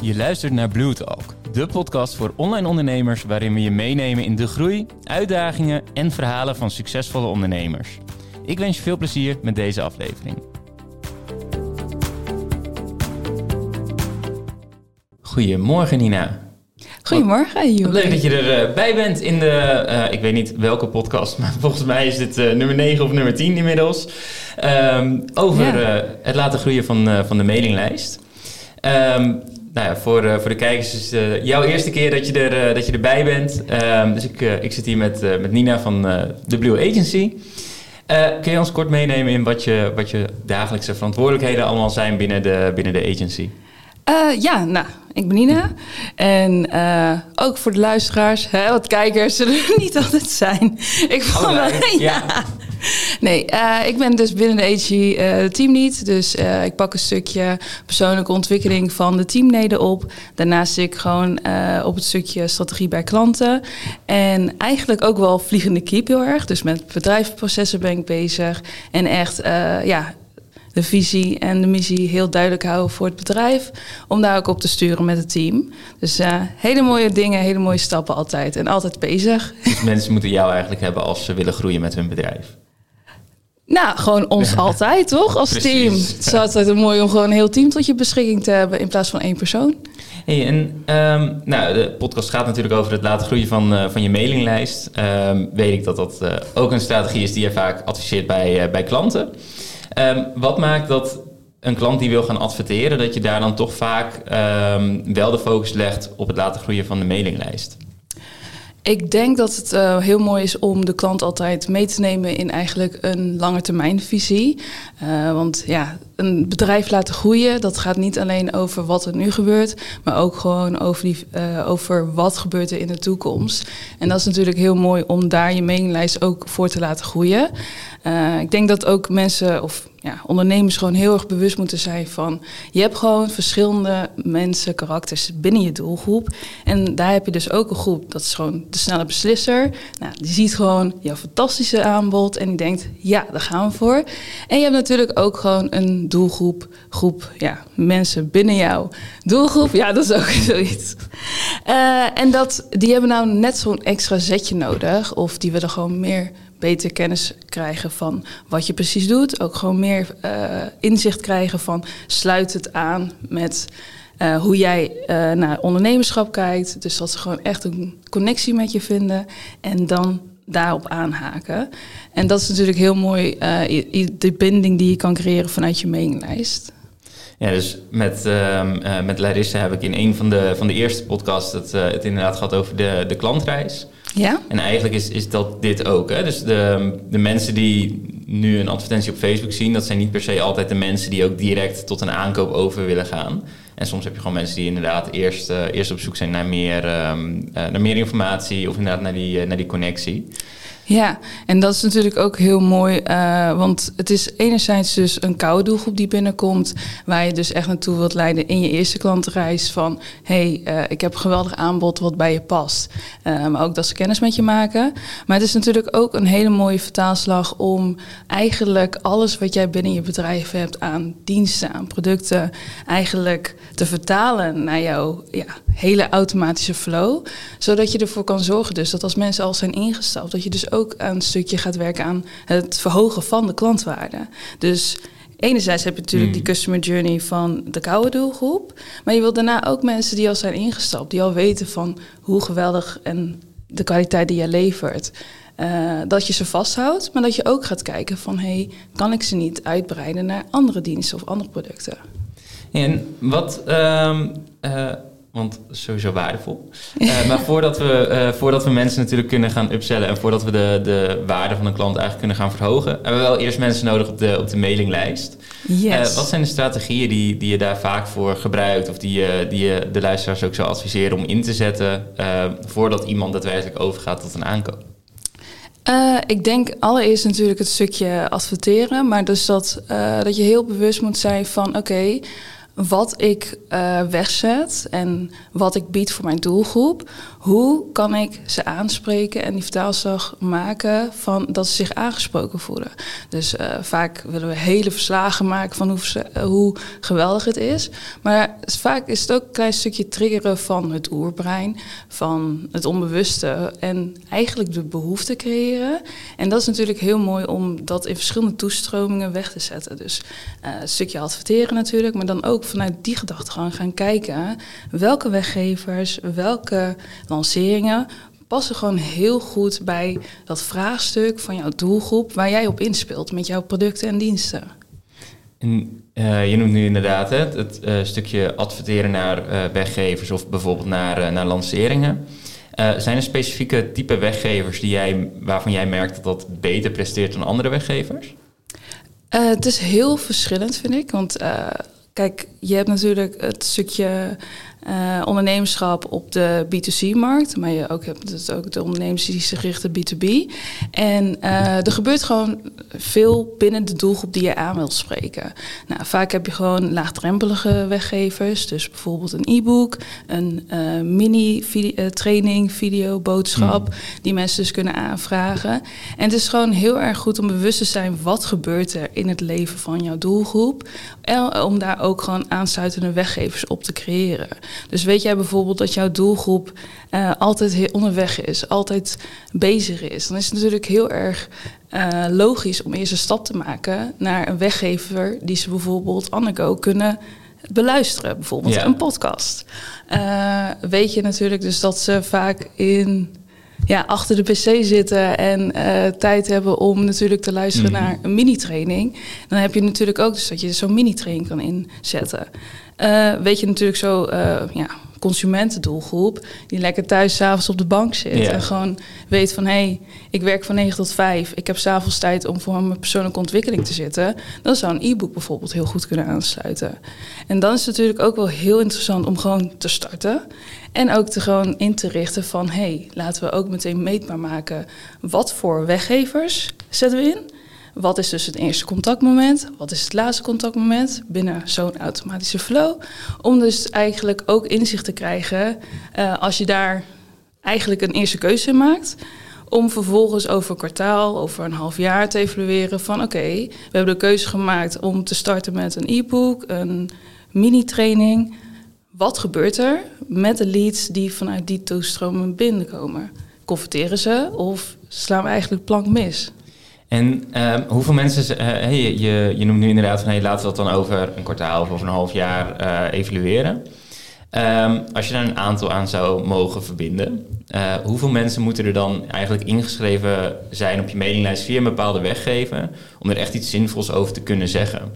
Je luistert naar Blue Talk, de podcast voor online ondernemers waarin we je meenemen in de groei, uitdagingen en verhalen van succesvolle ondernemers. Ik wens je veel plezier met deze aflevering. Goedemorgen Nina. Goedemorgen, Joeri. Leuk dat je erbij bent in de, ik weet niet welke podcast, maar volgens mij is dit nummer 9 of nummer 10 inmiddels. Over het laten groeien van de mailinglijst. Voor de kijkers is het jouw eerste keer dat je erbij bent. Dus ik zit hier met Nina van de Blue Agency. Kun je ons kort meenemen in wat je dagelijkse verantwoordelijkheden allemaal zijn binnen de agency? Ik ben Nina. En ook voor de luisteraars, wat kijkers zullen er niet altijd zijn. Nee, ik ben dus binnen de agency teamlead. Dus ik pak een stukje persoonlijke ontwikkeling van de teamleden op. Daarnaast zit ik gewoon op het stukje strategie bij klanten. En eigenlijk ook wel vliegende kiep heel erg. Dus met bedrijfsprocessen ben ik bezig. En echt, de visie en de missie heel duidelijk houden voor het bedrijf. Om daar ook op te sturen met het team. Dus hele mooie dingen, hele mooie stappen altijd. En altijd bezig. Dus mensen moeten jou eigenlijk hebben als ze willen groeien met hun bedrijf. Nou, gewoon ons altijd, toch? Als Precies. team. Het is altijd mooi om gewoon een heel team tot je beschikking te hebben in plaats van één persoon. Hey, en de podcast gaat natuurlijk over het laten groeien van je mailinglijst. Weet ik dat ook een strategie is die je vaak adviseert bij klanten. Wat maakt dat een klant die wil gaan adverteren, dat je daar dan toch vaak wel de focus legt op het laten groeien van de mailinglijst? Ik denk dat het heel mooi is om de klant altijd mee te nemen in eigenlijk een langetermijnvisie. Want een bedrijf laten groeien, dat gaat niet alleen over wat er nu gebeurt, maar ook gewoon over wat gebeurt er in de toekomst. En dat is natuurlijk heel mooi om daar je mailinglijst ook voor te laten groeien. Ik denk dat ook mensen of ondernemers gewoon heel erg bewust moeten zijn van, je hebt gewoon verschillende mensen, karakters binnen je doelgroep. En daar heb je dus ook een groep, dat is gewoon de snelle beslisser. Nou, die ziet gewoon jouw fantastische aanbod en die denkt, ja, daar gaan we voor. En je hebt natuurlijk ook gewoon een groep mensen binnen jouw doelgroep. Ja, dat is ook zoiets. En die hebben nou net zo'n extra zetje nodig, of die willen gewoon beter kennis krijgen van wat je precies doet. Ook gewoon meer inzicht krijgen van, sluit het aan met hoe jij naar ondernemerschap kijkt. Dus dat ze gewoon echt een connectie met je vinden en dan daarop aanhaken. En dat is natuurlijk heel mooi, de binding die je kan creëren vanuit je mailinglijst. Ja, dus met Larissa heb ik in een van de eerste podcasts het inderdaad gehad over de klantreis. Ja. En eigenlijk is dat dit ook. Hè? Dus de mensen die nu een advertentie op Facebook zien, dat zijn niet per se altijd de mensen die ook direct tot een aankoop over willen gaan. En soms heb je gewoon mensen die inderdaad eerst op zoek zijn naar meer informatie of inderdaad naar die connectie. Ja, en dat is natuurlijk ook heel mooi, want het is enerzijds dus een koude doelgroep die binnenkomt, waar je dus echt naartoe wilt leiden in je eerste klantenreis van, ik heb een geweldig aanbod wat bij je past. Maar ook dat ze kennis met je maken. Maar het is natuurlijk ook een hele mooie vertaalslag om eigenlijk alles wat jij binnen je bedrijf hebt aan diensten, aan producten, eigenlijk te vertalen naar jouw hele automatische flow. Zodat je ervoor kan zorgen dus dat als mensen al zijn ingestapt, dat je dus ook een stukje gaat werken aan het verhogen van de klantwaarde. Dus enerzijds heb je natuurlijk die customer journey van de koude doelgroep, maar je wilt daarna ook mensen die al zijn ingestapt, die al weten van hoe geweldig en de kwaliteit die je levert, dat je ze vasthoudt, maar dat je ook gaat kijken van, kan ik ze niet uitbreiden naar andere diensten of andere producten? En wat, want sowieso waardevol. Maar voordat we mensen natuurlijk kunnen gaan upsellen en voordat we de waarde van een klant eigenlijk kunnen gaan verhogen, hebben we wel eerst mensen nodig op de mailinglijst. Yes. Wat zijn de strategieën die je daar vaak voor gebruikt of die je de luisteraars ook zou adviseren om in te zetten voordat iemand daadwerkelijk overgaat tot een aankoop? Ik denk allereerst natuurlijk het stukje adverteren, maar dus dat je heel bewust moet zijn van, wat ik wegzet en wat ik bied voor mijn doelgroep, hoe kan ik ze aanspreken en die vertaalslag maken van dat ze zich aangesproken voelen. Dus vaak willen we hele verslagen maken van hoe geweldig het is. Maar vaak is het ook een klein stukje triggeren van het oerbrein, van het onbewuste en eigenlijk de behoefte creëren. En dat is natuurlijk heel mooi om dat in verschillende toestromingen weg te zetten. Dus een stukje adverteren natuurlijk, maar dan ook vanuit die gedachtegang gaan kijken welke weggevers, welke lanceringen passen gewoon heel goed bij dat vraagstuk van jouw doelgroep waar jij op inspeelt met jouw producten en diensten. En, je noemt nu inderdaad het stukje adverteren naar weggevers of bijvoorbeeld naar lanceringen. Zijn er specifieke type weggevers waarvan jij merkt dat dat beter presteert dan andere weggevers? Het is heel verschillend, vind ik. Want kijk, je hebt natuurlijk het stukje ondernemerschap op de B2C-markt. Maar je hebt dus ook de ondernemers die zich richten B2B. En er gebeurt gewoon veel binnen de doelgroep die je aan wilt spreken. Nou, vaak heb je gewoon laagdrempelige weggevers. Dus bijvoorbeeld een e-book, een mini-training, video, boodschap. Die mensen dus kunnen aanvragen. En het is gewoon heel erg goed om bewust te zijn wat gebeurt er in het leven van jouw doelgroep. En om daar ook gewoon aansluitende weggevers op te creëren. Dus weet jij bijvoorbeeld dat jouw doelgroep altijd onderweg is, altijd bezig is, dan is het natuurlijk heel erg logisch om eerst een stap te maken naar een weggever die ze bijvoorbeeld on the go kunnen beluisteren. Bijvoorbeeld een podcast. Weet je natuurlijk dus dat ze vaak achter de pc zitten en tijd hebben om natuurlijk te luisteren naar een mini-training. Dan heb je natuurlijk ook dus dat je zo'n mini-training kan inzetten. Weet je natuurlijk zo, consumentendoelgroep die lekker thuis 's avonds op de bank zit en gewoon weet van ik werk van 9 tot 5. Ik heb 's avonds tijd om voor mijn persoonlijke ontwikkeling te zitten. Dan zou een e-book bijvoorbeeld heel goed kunnen aansluiten. En dan is het natuurlijk ook wel heel interessant om gewoon te starten. En ook gewoon in te richten van laten we ook meteen meetbaar maken wat voor weggevers zetten we in. Wat is dus het eerste contactmoment? Wat is het laatste contactmoment binnen zo'n automatische flow? Om dus eigenlijk ook inzicht te krijgen als je daar eigenlijk een eerste keuze in maakt. Om vervolgens over een kwartaal, over een half jaar te evalueren van we hebben de keuze gemaakt om te starten met een e-book, een mini-training. Wat gebeurt er met de leads die vanuit die toestromen binnenkomen? Converteren ze of slaan we eigenlijk de plank mis? En hoeveel mensen, je noemt nu inderdaad van laten we dat dan over een kwartaal of over een half jaar evalueren. Als je daar een aantal aan zou mogen verbinden, hoeveel mensen moeten er dan eigenlijk ingeschreven zijn op je mailinglijst via een bepaalde weggever om er echt iets zinvols over te kunnen zeggen?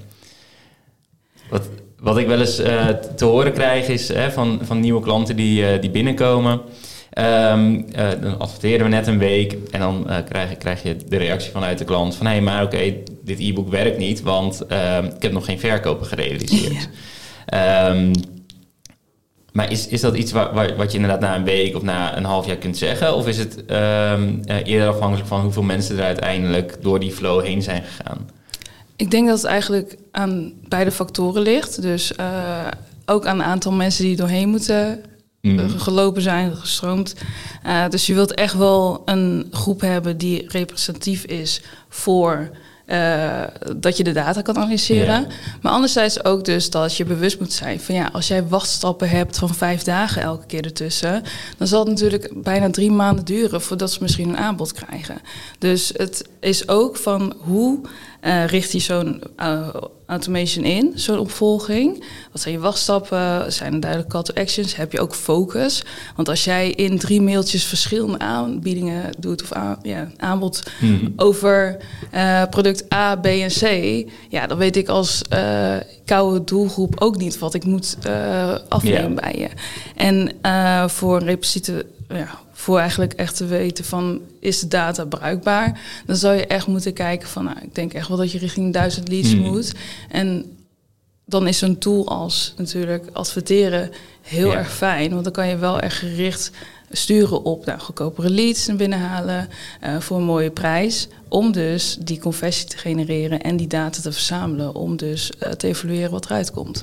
Wat ik wel eens te horen krijg is van nieuwe klanten die binnenkomen. Dan adverteren we net een week en dan krijg je de reactie vanuit de klant van dit e-book werkt niet, want ik heb nog geen verkopen gerealiseerd. Ja. Maar is dat iets wat je inderdaad na een week of na een half jaar kunt zeggen? Of is het eerder afhankelijk van hoeveel mensen er uiteindelijk door die flow heen zijn gegaan? Ik denk dat het eigenlijk aan beide factoren ligt. Dus ook aan een aantal mensen die doorheen moeten gelopen zijn, gestroomd. Dus je wilt echt wel een groep hebben die representatief is voor dat je de data kan analyseren. Yeah. Maar anderzijds ook dus dat je bewust moet zijn van als jij wachtstappen hebt van 5 dagen elke keer ertussen, dan zal het natuurlijk bijna 3 maanden duren voordat ze misschien een aanbod krijgen. Dus het is ook van hoe richt je zo'n automation in, zo'n opvolging? Wat zijn je wachtstappen? Zijn er duidelijke call to actions? Heb je ook focus? Want als jij in 3 mailtjes verschillende aanbiedingen doet of aanbod over product A, B en C, dan weet ik als koude doelgroep ook niet wat ik moet afnemen bij je. En voor een repetitie, voor eigenlijk echt te weten van, is de data bruikbaar? Dan zou je echt moeten kijken van, ik denk echt wel dat je richting 1000 leads moet. En dan is zo'n tool als natuurlijk adverteren heel erg fijn. Want dan kan je wel echt gericht sturen op goedkopere leads naar binnen halen voor een mooie prijs. Om dus die conversie te genereren en die data te verzamelen. Om dus te evalueren wat eruit komt.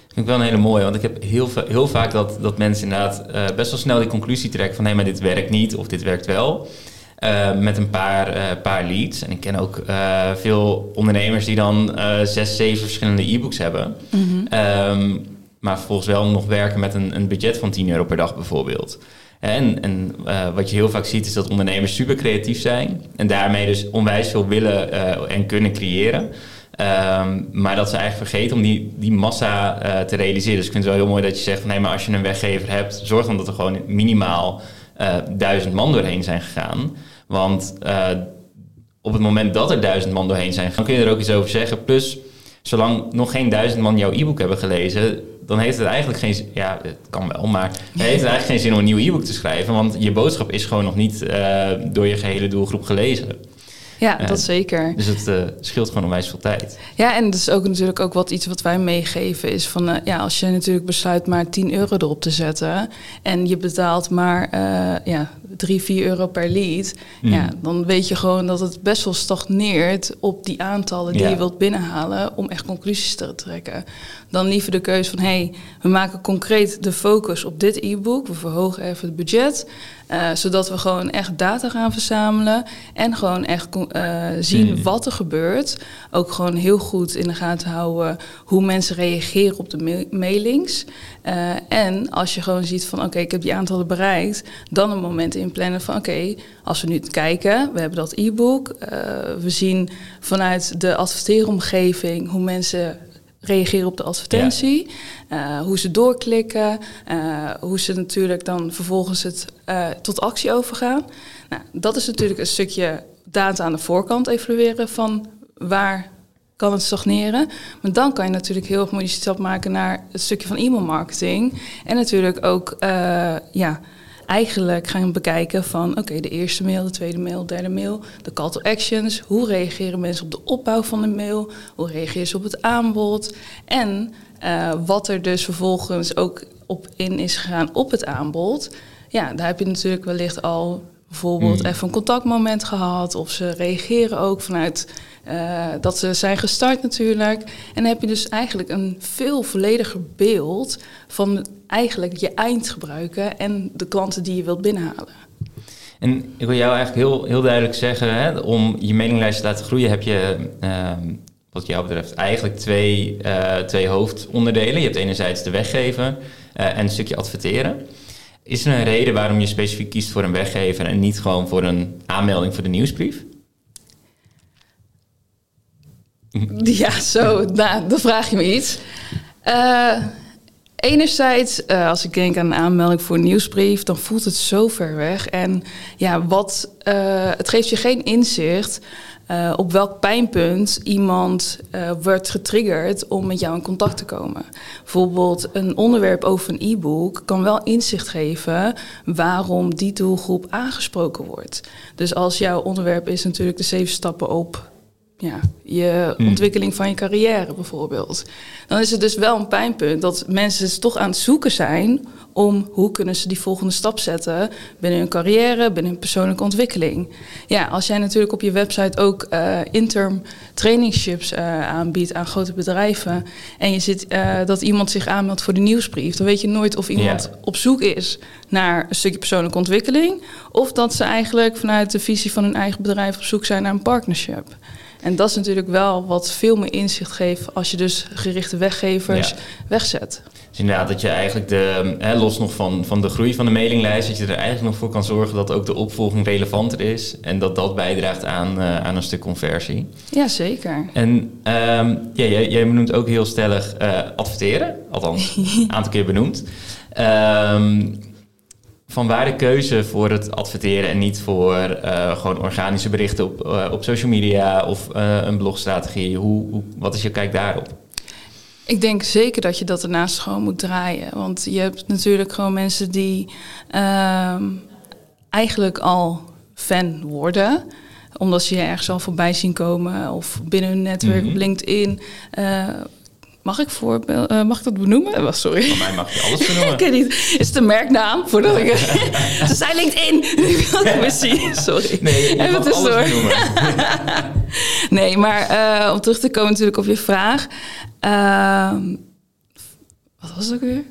Vind ik wel een hele mooie, want ik heb heel vaak dat mensen inderdaad best wel snel die conclusie trekken van... nee, maar dit werkt niet of dit werkt wel. Met een paar leads. En ik ken ook veel ondernemers die dan 6, 7 verschillende e-books hebben. Mm-hmm. Maar vervolgens wel nog werken met een budget van €10 per dag bijvoorbeeld. En wat je heel vaak ziet is dat ondernemers super creatief zijn. En daarmee dus onwijs veel willen en kunnen creëren. Maar dat ze eigenlijk vergeten om die massa te realiseren. Dus ik vind het wel heel mooi dat je zegt van... nee, maar als je een weggever hebt, zorg dan dat er gewoon minimaal 1000 man doorheen zijn gegaan. Want op het moment dat er 1000 man doorheen zijn gegaan, kun je er ook iets over zeggen. Plus, zolang nog geen 1000 man jouw e-book hebben gelezen, dan heeft het eigenlijk geen... ja, het kan wel, maar het heeft eigenlijk geen zin om een nieuw e-book te schrijven. Want je boodschap is gewoon nog niet door je gehele doelgroep gelezen. Ja, dat zeker. Dus het scheelt gewoon onwijs veel tijd. Ja, en dat is ook natuurlijk ook iets wat wij meegeven... is van, als je natuurlijk besluit maar €10 erop te zetten... en je betaalt maar €3-4 per lead... ja, dan weet je gewoon dat het best wel stagneert op die aantallen die je wilt binnenhalen... om echt conclusies te trekken. Dan liever de keuze van, we maken concreet de focus op dit e-book... we verhogen even het budget... zodat we gewoon echt data gaan verzamelen... en gewoon echt zien wat er gebeurt. Ook gewoon heel goed in de gaten houden... hoe mensen reageren op de mailings. En als je gewoon ziet van... oké, ik heb die aantallen bereikt... dan een moment inplannen van... oké, als we nu kijken, we hebben dat e-book... we zien vanuit de adverteeromgeving... hoe mensen... reageren op de advertentie, hoe ze doorklikken, hoe ze natuurlijk dan vervolgens het tot actie overgaan. Nou, dat is natuurlijk een stukje data aan de voorkant evalueren van waar kan het stagneren. Maar dan kan je natuurlijk heel erg mooi die stap maken naar het stukje van e-mailmarketing. En natuurlijk ook eigenlijk gaan bekijken van... oké, de eerste mail, de tweede mail, de derde mail... de call to actions, hoe reageren mensen op de opbouw van de mail... hoe reageren ze op het aanbod... en wat er dus vervolgens ook op in is gegaan op het aanbod... ja, daar heb je natuurlijk wellicht al bijvoorbeeld even een contactmoment gehad... of ze reageren ook vanuit dat ze zijn gestart natuurlijk... en dan heb je dus eigenlijk een veel vollediger beeld... van eigenlijk je eindgebruiker en de klanten die je wilt binnenhalen. En ik wil jou eigenlijk heel duidelijk zeggen... Hè, om je mailinglijst te laten groeien heb je... wat jou betreft eigenlijk twee hoofdonderdelen. Je hebt enerzijds de weggever en een stukje adverteren. Is er een reden waarom je specifiek kiest voor een weggever... en niet gewoon voor een aanmelding voor de nieuwsbrief? Ja, dan vraag je me iets. Enerzijds, als ik denk aan een aanmelding voor een nieuwsbrief... dan voelt het zo ver weg. En ja, het geeft je geen inzicht... op welk pijnpunt iemand wordt getriggerd om met jou in contact te komen. Bijvoorbeeld een onderwerp over een e-book kan wel inzicht geven waarom die doelgroep aangesproken wordt. Dus als jouw onderwerp is natuurlijk de 7 stappen op je ontwikkeling van je carrière bijvoorbeeld. Dan is het dus wel een pijnpunt dat mensen dus toch aan het zoeken zijn om hoe kunnen ze die volgende stap zetten binnen hun carrière, binnen hun persoonlijke ontwikkeling. Ja, als jij natuurlijk op je website ook interim trainingships aanbiedt aan grote bedrijven en je ziet dat iemand zich aanmeldt voor de nieuwsbrief, dan weet je nooit of iemand op zoek is naar een stukje persoonlijke ontwikkeling of dat ze eigenlijk vanuit de visie van hun eigen bedrijf op zoek zijn naar een partnership. En dat is natuurlijk wel wat veel meer inzicht geeft als je dus gerichte weggevers wegzet. Dus inderdaad dat je eigenlijk los nog van de groei van de mailinglijst, dat je er eigenlijk nog voor kan zorgen dat ook de opvolging relevanter is en dat bijdraagt aan een stuk conversie. Ja, zeker. En jij benoemt ook heel stellig adverteren, althans een aantal keer benoemd. Vanwaar de keuze voor het adverteren en niet voor gewoon organische berichten op social media of een blogstrategie? Wat is je kijk daarop? Ik denk zeker dat je dat ernaast gewoon moet draaien. Want je hebt natuurlijk gewoon mensen die eigenlijk al fan worden, omdat ze je ergens al voorbij zien komen of binnen hun netwerk op LinkedIn. Mag ik dat benoemen? Sorry. Van mij mag je alles benoemen. Ik weet niet. Is het een merknaam? Voordat ik... Ze zei LinkedIn. Sorry. Nee, je mag alles benoemen. Nee, maar om terug te komen natuurlijk op je vraag. was het ook weer?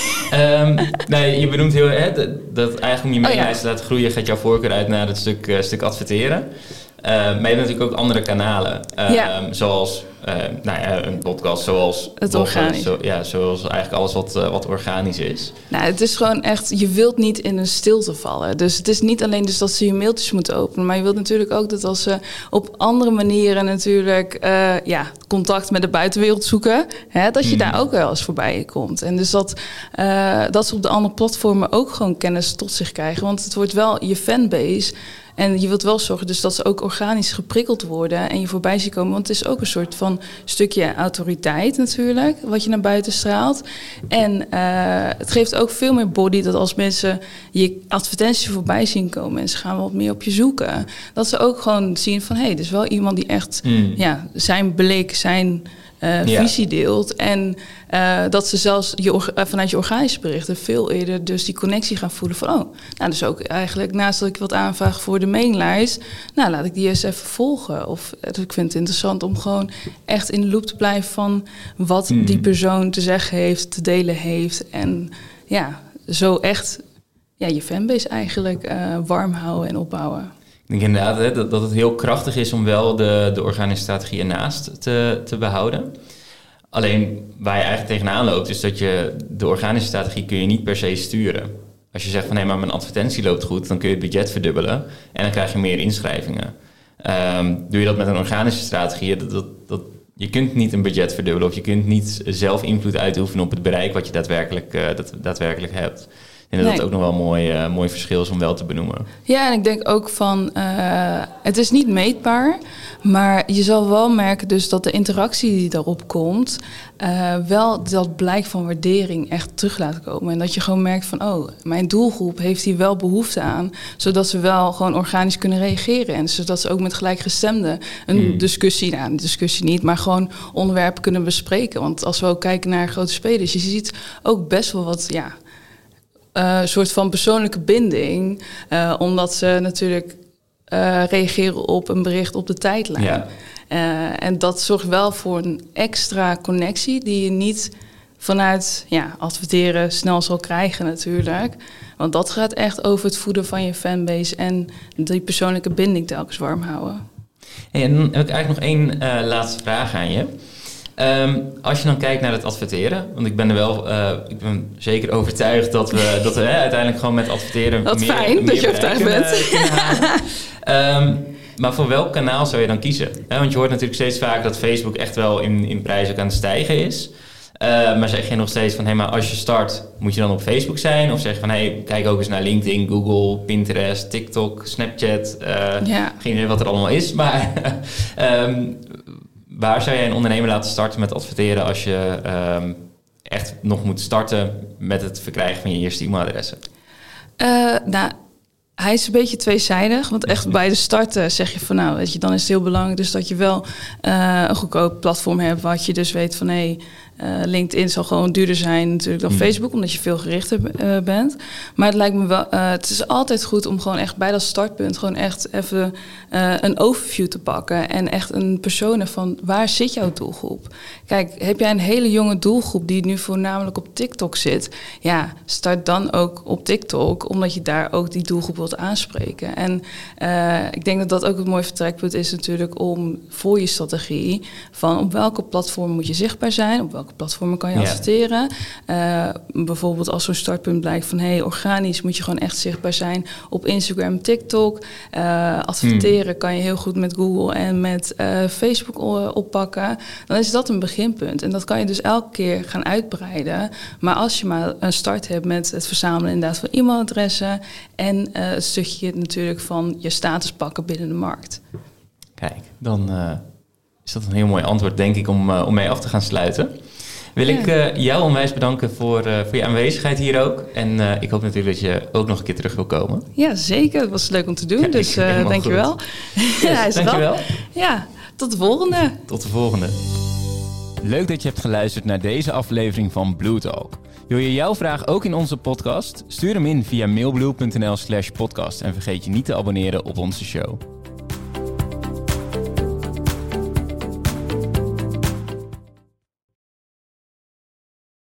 Nee, je benoemt heel dat eigenlijk om je maillijst te laten groeien gaat jouw voorkeur uit naar het stuk adverteren. Maar je hebt natuurlijk ook andere kanalen. Zoals een podcast, zoals het organisch. Zoals eigenlijk alles wat organisch is. Nou, het is gewoon echt, je wilt niet in een stilte vallen. Dus het is niet alleen dus dat ze je mailtjes moeten openen, maar je wilt natuurlijk ook dat als ze op andere manieren natuurlijk contact met de buitenwereld zoeken, dat je daar ook wel eens voorbij komt. En dus dat ze op de andere platformen ook gewoon kennis tot zich krijgen. Want het wordt wel je fanbase. En je wilt wel zorgen dus dat ze ook organisch geprikkeld worden en je voorbij zien komen. Want het is ook een soort van stukje autoriteit natuurlijk, wat je naar buiten straalt. En het geeft ook veel meer body dat als mensen je advertenties voorbij zien komen en ze gaan wat meer op je zoeken. Dat ze ook gewoon zien van, dit is wel iemand die echt zijn blik, zijn visie deelt. En dat ze zelfs vanuit je organische berichten veel eerder dus die connectie gaan voelen van dus ook eigenlijk naast dat ik wat aanvraag voor de maillijst, laat ik die eens even volgen. Of ik vind het interessant om gewoon echt in de loop te blijven van wat die persoon te zeggen heeft, te delen heeft. En zo echt je fanbase eigenlijk warm houden en opbouwen. Ik denk inderdaad dat het heel krachtig is om wel de organische strategie ernaast te behouden. Alleen waar je eigenlijk tegenaan loopt, is dat je de organische strategie kun je niet per se sturen. Als je zegt van maar mijn advertentie loopt goed, dan kun je het budget verdubbelen en dan krijg je meer inschrijvingen. Doe je dat met een organische strategie, je kunt niet een budget verdubbelen of je kunt niet zelf invloed uitoefenen op het bereik wat je daadwerkelijk hebt. Ik denk dat het ook nog wel een mooi verschil is om wel te benoemen. Ja, en ik denk ook van, het is niet meetbaar, maar je zal wel merken dus dat de interactie die daarop komt, wel dat blijk van waardering echt terug laat komen. En dat je gewoon merkt van, mijn doelgroep heeft hier wel behoefte aan, zodat ze wel gewoon organisch kunnen reageren. En zodat ze ook met gelijkgestemden een discussie niet, maar gewoon onderwerpen kunnen bespreken. Want als we ook kijken naar grote spelers, je ziet ook best wel wat, soort van persoonlijke binding, omdat ze natuurlijk reageren op een bericht op de tijdlijn. Ja. En dat zorgt wel voor een extra connectie die je niet vanuit adverteren snel zal krijgen natuurlijk. Want dat gaat echt over het voeden van je fanbase en die persoonlijke binding telkens warm houden. En dan heb ik eigenlijk nog één laatste vraag aan je. Als je dan kijkt naar het adverteren, want ik ben zeker overtuigd dat we uiteindelijk gewoon met adverteren dat fijn dat je overtuigd bent. Maar voor welk kanaal zou je dan kiezen? Want je hoort natuurlijk steeds vaker dat Facebook echt wel in prijs ook aan het stijgen is. Maar zeg je nog steeds van, maar als je start, moet je dan op Facebook zijn? Of zeg je van, kijk ook eens naar LinkedIn, Google, Pinterest, TikTok, Snapchat. Geen idee wat er allemaal is, maar waar zou jij een ondernemer laten starten met adverteren als je echt nog moet starten met het verkrijgen van je eerste e-mailadressen? Hij is een beetje tweezijdig, want echt bij de start zeg je van dan is het heel belangrijk dus dat je wel een goedkoop platform hebt wat je dus weet van LinkedIn zal gewoon duurder zijn natuurlijk dan Facebook, omdat je veel gerichter bent. Maar het lijkt me wel, het is altijd goed om gewoon echt bij dat startpunt gewoon echt even een overview te pakken en echt een persona van waar zit jouw doelgroep? Kijk, heb jij een hele jonge doelgroep die nu voornamelijk op TikTok zit? Start dan ook op TikTok, omdat je daar ook die doelgroep wilt aanspreken. En ik denk dat dat ook een mooi vertrekpunt is natuurlijk om voor je strategie van op welke platform moet je zichtbaar zijn, op welke platformen kan je adverteren. Bijvoorbeeld als zo'n startpunt blijkt van organisch moet je gewoon echt zichtbaar zijn op Instagram, TikTok. Adverteren kan je heel goed met Google en met Facebook oppakken. Dan is dat een beginpunt. En dat kan je dus elke keer gaan uitbreiden. Maar als je maar een start hebt met het verzamelen inderdaad van e-mailadressen en een stukje natuurlijk van je status pakken binnen de markt. Kijk, dan is dat een heel mooi antwoord, denk ik, om mee af te gaan sluiten. Wil ik jou onwijs bedanken voor je aanwezigheid hier ook. En ik hoop natuurlijk dat je ook nog een keer terug wil komen. Ja, zeker. Het was leuk om te doen, dus dankjewel. Yes, dankjewel. Ja, tot de volgende. Tot de volgende. Leuk dat je hebt geluisterd naar deze aflevering van Blue Talk. Wil je jouw vraag ook in onze podcast? Stuur hem in via mailblue.nl/podcast en vergeet je niet te abonneren op onze show.